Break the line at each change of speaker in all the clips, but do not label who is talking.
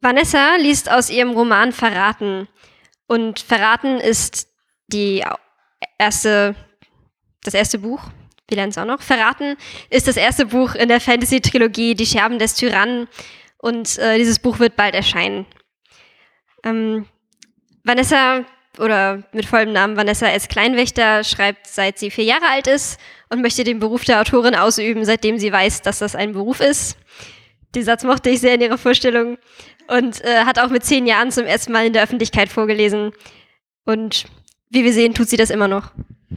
Vanessa liest aus ihrem Roman Verraten. Und Verraten ist das erste Buch. Wir lernen es auch noch. Verraten ist das erste Buch in der Fantasy-Trilogie Die Scherben des Tyrannen. Und dieses Buch wird bald erscheinen. Vanessa, oder mit vollem Namen Vanessa S. Kleinwächter, schreibt, seit sie 4 Jahre alt ist und möchte den Beruf der Autorin ausüben, seitdem sie weiß, dass das ein Beruf ist. Den Satz mochte ich sehr in ihrer Vorstellung. Und hat auch mit 10 Jahren zum ersten Mal in der Öffentlichkeit vorgelesen. Und wie wir sehen, tut sie das immer noch.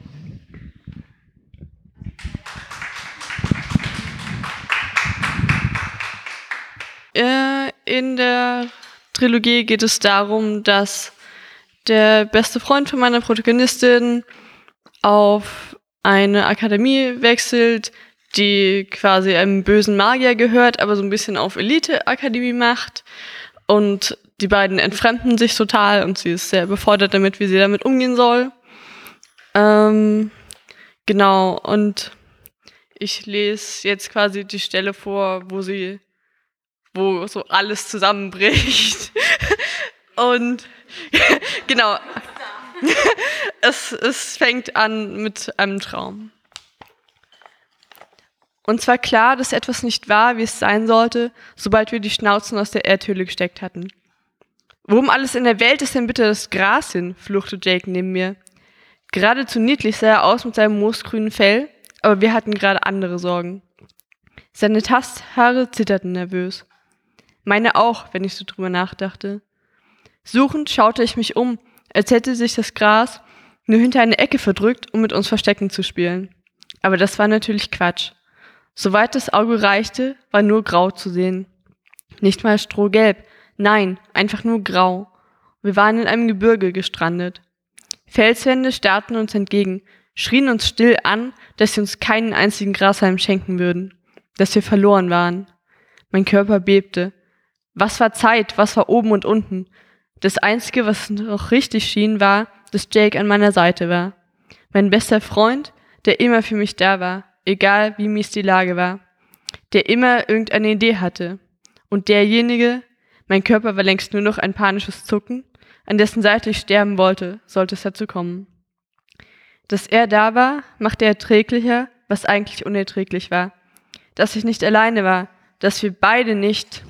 In der Trilogie geht es darum, dass der beste Freund von meiner Protagonistin auf eine Akademie wechselt, die quasi einem bösen Magier gehört, aber so ein bisschen auf Elite-Akademie macht. Und die beiden entfremden sich total und sie ist sehr überfordert damit, wie sie damit umgehen soll. Genau, und ich lese jetzt quasi die Stelle vor, wo so alles zusammenbricht. Und genau, es fängt an mit einem Traum. Uns war klar, dass etwas nicht war, wie es sein sollte, sobald wir die Schnauzen aus der Erdhöhle gesteckt hatten. Wo um alles in der Welt ist denn bitte das Gras hin? Fluchte Jake neben mir. Geradezu niedlich sah er aus mit seinem moosgrünen Fell, aber wir hatten gerade andere Sorgen. Seine Tasthaare zitterten nervös. Meine auch, wenn ich so drüber nachdachte. Suchend schaute ich mich um, als hätte sich das Gras nur hinter eine Ecke verdrückt, um mit uns Verstecken zu spielen. Aber das war natürlich Quatsch. Soweit das Auge reichte, war nur Grau zu sehen. Nicht mal strohgelb, nein, einfach nur grau. Wir waren in einem Gebirge gestrandet. Felswände starrten uns entgegen, schrien uns still an, dass sie uns keinen einzigen Grashalm schenken würden, dass wir verloren waren. Mein Körper bebte. Was war Zeit, was war oben und unten? Das Einzige, was noch richtig schien, war, dass Jake an meiner Seite war. Mein bester Freund, der immer für mich da war, egal wie mies die Lage war, der immer irgendeine Idee hatte. Und derjenige, mein Körper war längst nur noch ein panisches Zucken, an dessen Seite ich sterben wollte, sollte es dazu kommen. Dass er da war, machte erträglicher, was eigentlich unerträglich war. Dass ich nicht alleine war, dass wir beide nicht.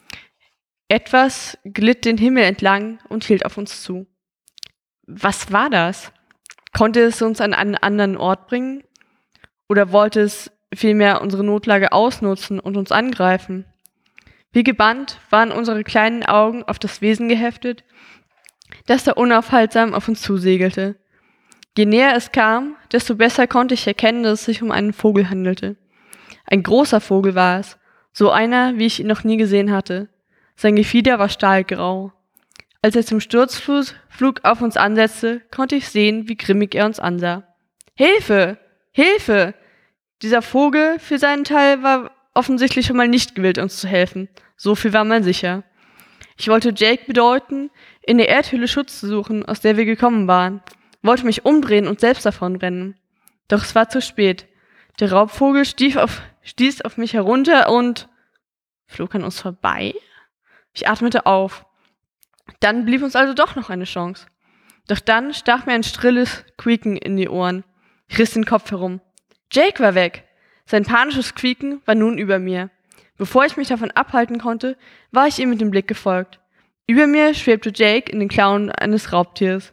Etwas glitt den Himmel entlang und hielt auf uns zu. Was war das? Konnte es uns an einen anderen Ort bringen? Oder wollte es vielmehr unsere Notlage ausnutzen und uns angreifen? Wie gebannt waren unsere kleinen Augen auf das Wesen geheftet, das da unaufhaltsam auf uns zusegelte. Je näher es kam, desto besser konnte ich erkennen, dass es sich um einen Vogel handelte. Ein großer Vogel war es, so einer, wie ich ihn noch nie gesehen hatte. Sein Gefieder war stahlgrau. Als er zum Sturzflug auf uns ansetzte, konnte ich sehen, wie grimmig er uns ansah. »Hilfe! Hilfe!« Dieser Vogel für seinen Teil war offensichtlich schon mal nicht gewillt, uns zu helfen. So viel war mal sicher. Ich wollte Jake bedeuten, in der Erdhöhle Schutz zu suchen, aus der wir gekommen waren. Wollte mich umdrehen und selbst davonrennen. Doch es war zu spät. Der Raubvogel stieß auf mich herunter und flog an uns vorbei. Ich atmete auf. Dann blieb uns also doch noch eine Chance. Doch dann stach mir ein schrilles Quieken in die Ohren. Ich riss den Kopf herum. Jake war weg. Sein panisches Quieken war nun über mir. Bevor ich mich davon abhalten konnte, war ich ihm mit dem Blick gefolgt. Über mir schwebte Jake in den Klauen des Raubtiers.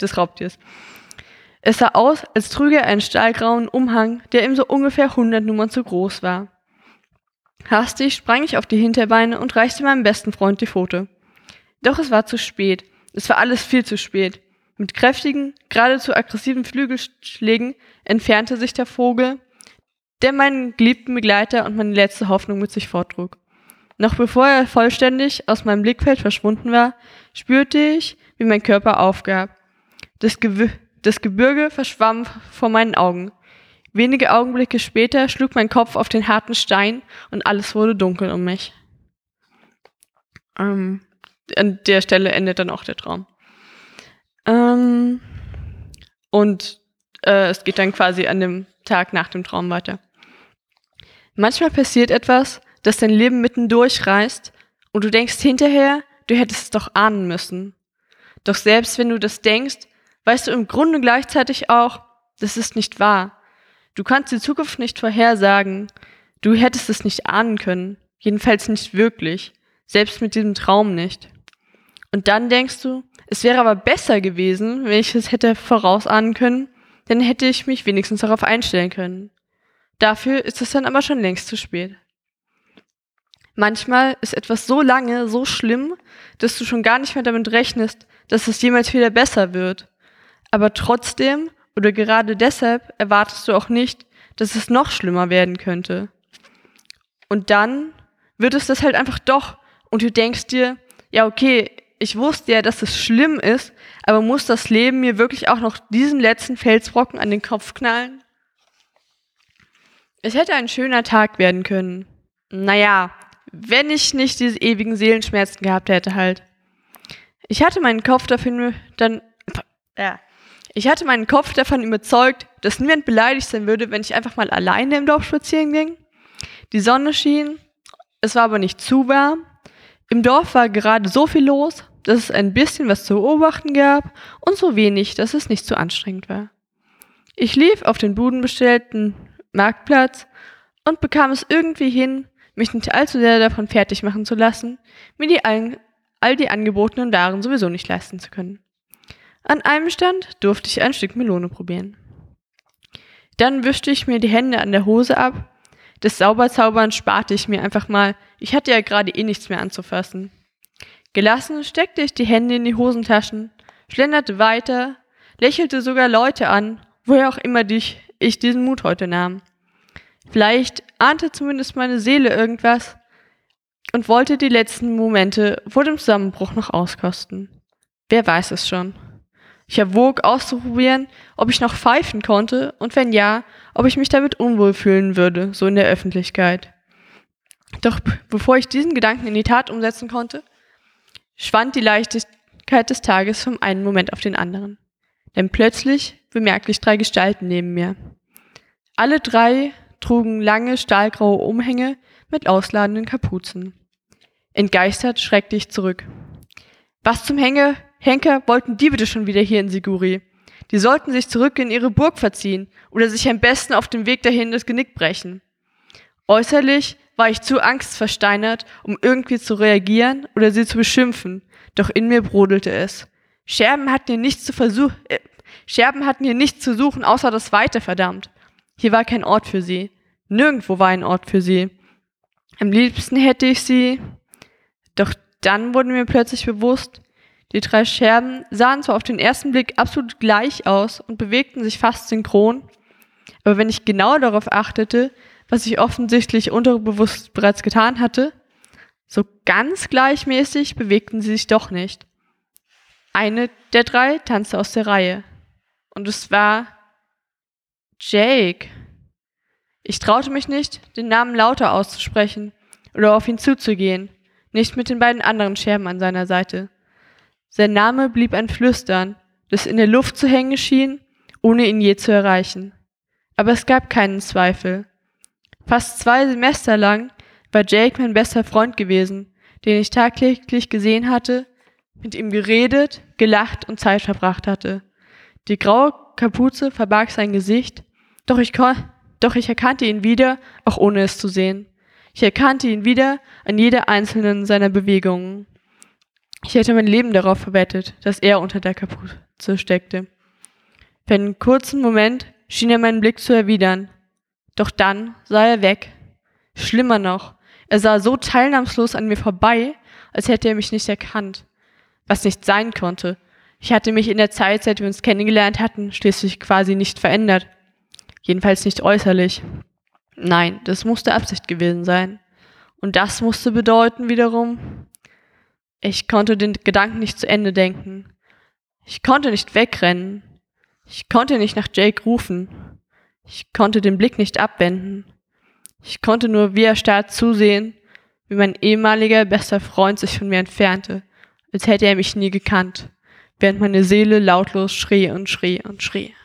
Es sah aus, als trüge er einen stahlgrauen Umhang, der ihm so ungefähr 100 Nummern zu groß war. Hastig sprang ich auf die Hinterbeine und reichte meinem besten Freund die Pfote. Doch es war zu spät. Es war alles viel zu spät. Mit kräftigen, geradezu aggressiven Flügelschlägen entfernte sich der Vogel, der meinen geliebten Begleiter und meine letzte Hoffnung mit sich forttrug. Noch bevor er vollständig aus meinem Blickfeld verschwunden war, spürte ich, wie mein Körper aufgab. Das Gebirge verschwamm vor meinen Augen. Wenige Augenblicke später schlug mein Kopf auf den harten Stein und alles wurde dunkel um mich. An der Stelle endet dann auch der Traum. Es geht dann quasi an dem Tag nach dem Traum weiter. Manchmal passiert etwas, das dein Leben mitten durchreißt und du denkst hinterher, du hättest es doch ahnen müssen. Doch selbst wenn du das denkst, weißt du im Grunde gleichzeitig auch, das ist nicht wahr. Du kannst die Zukunft nicht vorhersagen. Du hättest es nicht ahnen können. Jedenfalls nicht wirklich. Selbst mit diesem Traum nicht. Und dann denkst du, es wäre aber besser gewesen, wenn ich es hätte vorausahnen können, dann hätte ich mich wenigstens darauf einstellen können. Dafür ist es dann aber schon längst zu spät. Manchmal ist etwas so lange, so schlimm, dass du schon gar nicht mehr damit rechnest, dass es jemals wieder besser wird. Aber trotzdem oder gerade deshalb erwartest du auch nicht, dass es noch schlimmer werden könnte. Und dann wird es das halt einfach doch und du denkst dir, ja okay, ich wusste ja, dass es schlimm ist, aber muss das Leben mir wirklich auch noch diesen letzten Felsbrocken an den Kopf knallen? Es hätte ein schöner Tag werden können. Naja, wenn ich nicht diese ewigen Seelenschmerzen gehabt hätte halt. Ich hatte meinen Kopf davon überzeugt, dass niemand beleidigt sein würde, wenn ich einfach mal alleine im Dorf spazieren ging. Die Sonne schien, es war aber nicht zu warm. Im Dorf war gerade so viel los, dass es ein bisschen was zu beobachten gab und so wenig, dass es nicht zu anstrengend war. Ich lief auf den budenbestellten Marktplatz und bekam es irgendwie hin, mich nicht allzu sehr davon fertig machen zu lassen, mir all die angebotenen Waren sowieso nicht leisten zu können. An einem Stand durfte ich ein Stück Melone probieren. Dann wischte ich mir die Hände an der Hose ab. Das Sauberzaubern sparte ich mir einfach mal, ich hatte ja gerade eh nichts mehr anzufassen. Gelassen steckte ich die Hände in die Hosentaschen, schlenderte weiter, lächelte sogar Leute an, woher auch immer ich diesen Mut heute nahm. Vielleicht ahnte zumindest meine Seele irgendwas und wollte die letzten Momente vor dem Zusammenbruch noch auskosten. Wer weiß es schon. Ich erwog auszuprobieren, ob ich noch pfeifen konnte und wenn ja, ob ich mich damit unwohl fühlen würde, so in der Öffentlichkeit. Doch bevor ich diesen Gedanken in die Tat umsetzen konnte, schwand die Leichtigkeit des Tages vom einen Moment auf den anderen. Denn plötzlich bemerkte ich 3 Gestalten neben mir. Alle 3 trugen lange, stahlgraue Umhänge mit ausladenden Kapuzen. Entgeistert schreckte ich zurück. Was zum Henker wollten die bitte schon wieder hier in Siguri? Die sollten sich zurück in ihre Burg verziehen oder sich am besten auf dem Weg dahin das Genick brechen. Äußerlich war ich zu angstversteinert, um irgendwie zu reagieren oder sie zu beschimpfen, doch in mir brodelte es. Scherben hatten hier nichts zu suchen, außer das Weite, verdammt. Hier war kein Ort für sie. Nirgendwo war ein Ort für sie. Am liebsten hätte ich sie... Doch dann wurde mir plötzlich bewusst, die 3 Scherben sahen zwar auf den ersten Blick absolut gleich aus und bewegten sich fast synchron, aber wenn ich genau darauf achtete, was ich offensichtlich unterbewusst bereits getan hatte, so ganz gleichmäßig bewegten sie sich doch nicht. Eine der 3 tanzte aus der Reihe. Und es war Jake. Ich traute mich nicht, den Namen lauter auszusprechen oder auf ihn zuzugehen, nicht mit den beiden anderen Scherben an seiner Seite. Sein Name blieb ein Flüstern, das in der Luft zu hängen schien, ohne ihn je zu erreichen. Aber es gab keinen Zweifel. Fast 2 Semester lang war Jake mein bester Freund gewesen, den ich tagtäglich gesehen hatte, mit ihm geredet, gelacht und Zeit verbracht hatte. Die graue Kapuze verbarg sein Gesicht, doch ich erkannte ihn wieder, auch ohne es zu sehen. Ich erkannte ihn wieder an jeder einzelnen seiner Bewegungen. Ich hätte mein Leben darauf verwettet, dass er unter der Kapuze steckte. Für einen kurzen Moment schien er meinen Blick zu erwidern. Doch dann sah er weg. Schlimmer noch, er sah so teilnahmslos an mir vorbei, als hätte er mich nicht erkannt. Was nicht sein konnte. Ich hatte mich in der Zeit, seit wir uns kennengelernt hatten, schließlich quasi nicht verändert. Jedenfalls nicht äußerlich. Nein, das musste Absicht gewesen sein. Und das musste bedeuten wiederum, ich konnte den Gedanken nicht zu Ende denken. Ich konnte nicht wegrennen. Ich konnte nicht nach Jake rufen. Ich konnte den Blick nicht abwenden. Ich konnte nur wie erstarrt zusehen, wie mein ehemaliger bester Freund sich von mir entfernte, als hätte er mich nie gekannt, während meine Seele lautlos schrie und schrie und schrie.